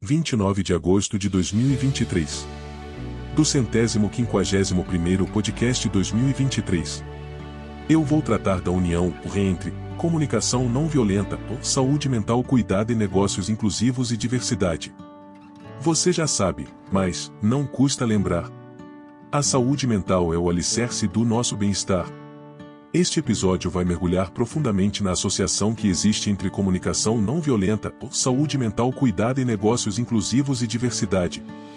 29 de agosto de 2023. Do 151º podcast 2023. Eu vou tratar da união entre comunicação não violenta, saúde mental, cuidado e negócios inclusivos e diversidade. Você já sabe, mas não custa lembrar. A saúde mental é o alicerce do nosso bem-estar. Este episódio vai mergulhar profundamente na associação que existe entre comunicação não violenta, saúde mental, cuidado e negócios inclusivos e diversidade.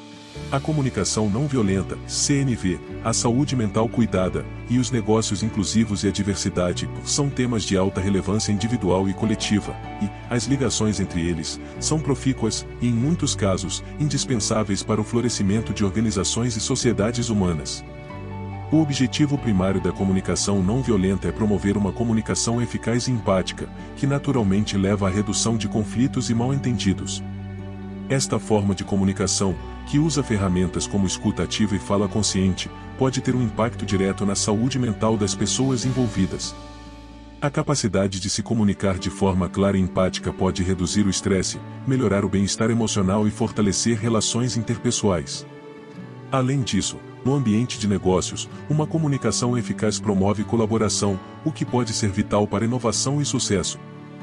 A comunicação não violenta, CNV, a saúde mental cuidada, e os negócios inclusivos e a diversidade são temas de alta relevância individual e coletiva, e as ligações entre eles são profícuas e, em muitos casos, indispensáveis para o florescimento de organizações e sociedades humanas. O objetivo primário da comunicação não violenta é promover uma comunicação eficaz e empática, que naturalmente leva à redução de conflitos e mal-entendidos. Esta forma de comunicação, que usa ferramentas como escuta ativa e fala consciente, pode ter um impacto direto na saúde mental das pessoas envolvidas. A capacidade de se comunicar de forma clara e empática pode reduzir o estresse, melhorar o bem-estar emocional e fortalecer relações interpessoais. Além disso, no ambiente de negócios, uma comunicação eficaz promove colaboração, o que pode ser vital para inovação e sucesso.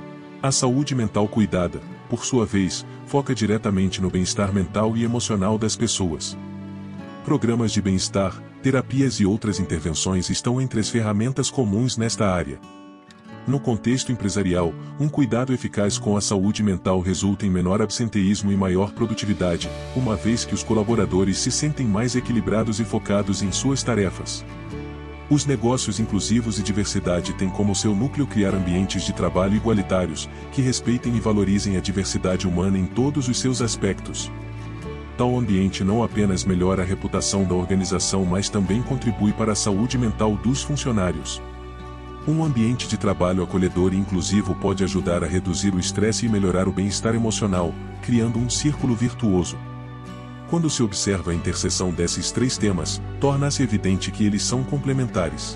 A saúde mental cuidada, por sua vez, foca diretamente no bem-estar mental e emocional das pessoas. Programas de bem-estar, terapias e outras intervenções estão entre as ferramentas comuns nesta área. No contexto empresarial, um cuidado eficaz com a saúde mental resulta em menor absenteísmo e maior produtividade, uma vez que os colaboradores se sentem mais equilibrados e focados em suas tarefas. Os negócios inclusivos e diversidade têm como seu núcleo criar ambientes de trabalho igualitários, que respeitem e valorizem a diversidade humana em todos os seus aspectos. Tal ambiente não apenas melhora a reputação da organização, mas também contribui para a saúde mental dos funcionários. Um ambiente de trabalho acolhedor e inclusivo pode ajudar a reduzir o estresse e melhorar o bem-estar emocional, criando um círculo virtuoso. Quando se observa a interseção desses três temas, torna-se evidente que eles são complementares.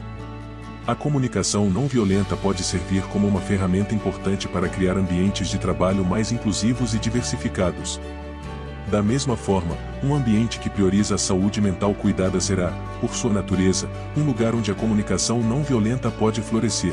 A comunicação não violenta pode servir como uma ferramenta importante para criar ambientes de trabalho mais inclusivos e diversificados. Da mesma forma, um ambiente que prioriza a saúde mental cuidada será, por sua natureza, um lugar onde a comunicação não violenta pode florescer.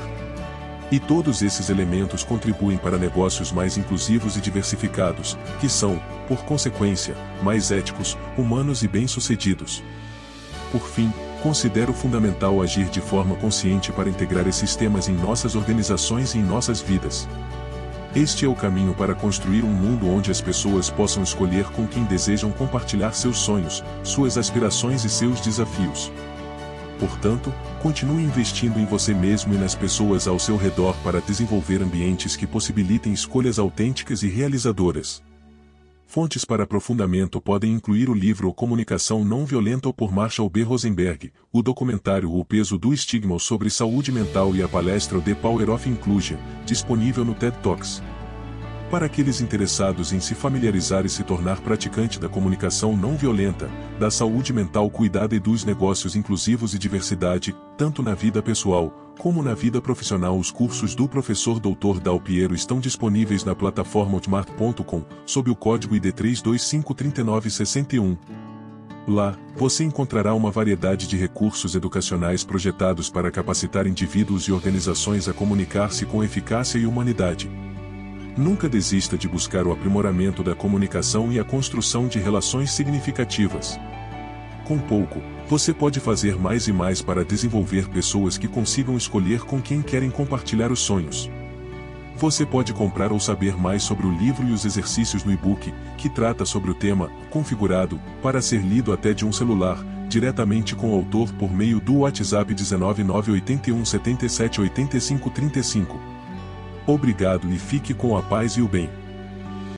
E todos esses elementos contribuem para negócios mais inclusivos e diversificados, que são, por consequência, mais éticos, humanos e bem-sucedidos. Por fim, considero fundamental agir de forma consciente para integrar esses temas em nossas organizações e em nossas vidas. Este é o caminho para construir um mundo onde as pessoas possam escolher com quem desejam compartilhar seus sonhos, suas aspirações e seus desafios. Portanto, continue investindo em você mesmo e nas pessoas ao seu redor para desenvolver ambientes que possibilitem escolhas autênticas e realizadoras. Fontes para aprofundamento podem incluir o livro Comunicação Não Violenta por Marshall B. Rosenberg, o documentário O Peso do Estigma sobre Saúde Mental e a palestra The Power of Inclusion, disponível no TED Talks. Para aqueles interessados em se familiarizar e se tornar praticante da comunicação não violenta, da saúde mental cuidada e dos negócios inclusivos e diversidade, tanto na vida pessoal, como na vida profissional, os cursos do professor Dr. Dal Piero estão disponíveis na plataforma Hotmart.com, sob o código ID 3253961. Lá, você encontrará uma variedade de recursos educacionais projetados para capacitar indivíduos e organizações a comunicar-se com eficácia e humanidade. Nunca desista de buscar o aprimoramento da comunicação e a construção de relações significativas. Com pouco, você pode fazer mais e mais para desenvolver pessoas que consigam escolher com quem querem compartilhar os sonhos. Você pode comprar ou saber mais sobre o livro e os exercícios no e-book, que trata sobre o tema, configurado, para ser lido até de um celular, diretamente com o autor por meio do WhatsApp 19981778535. Obrigado e fique com a paz e o bem.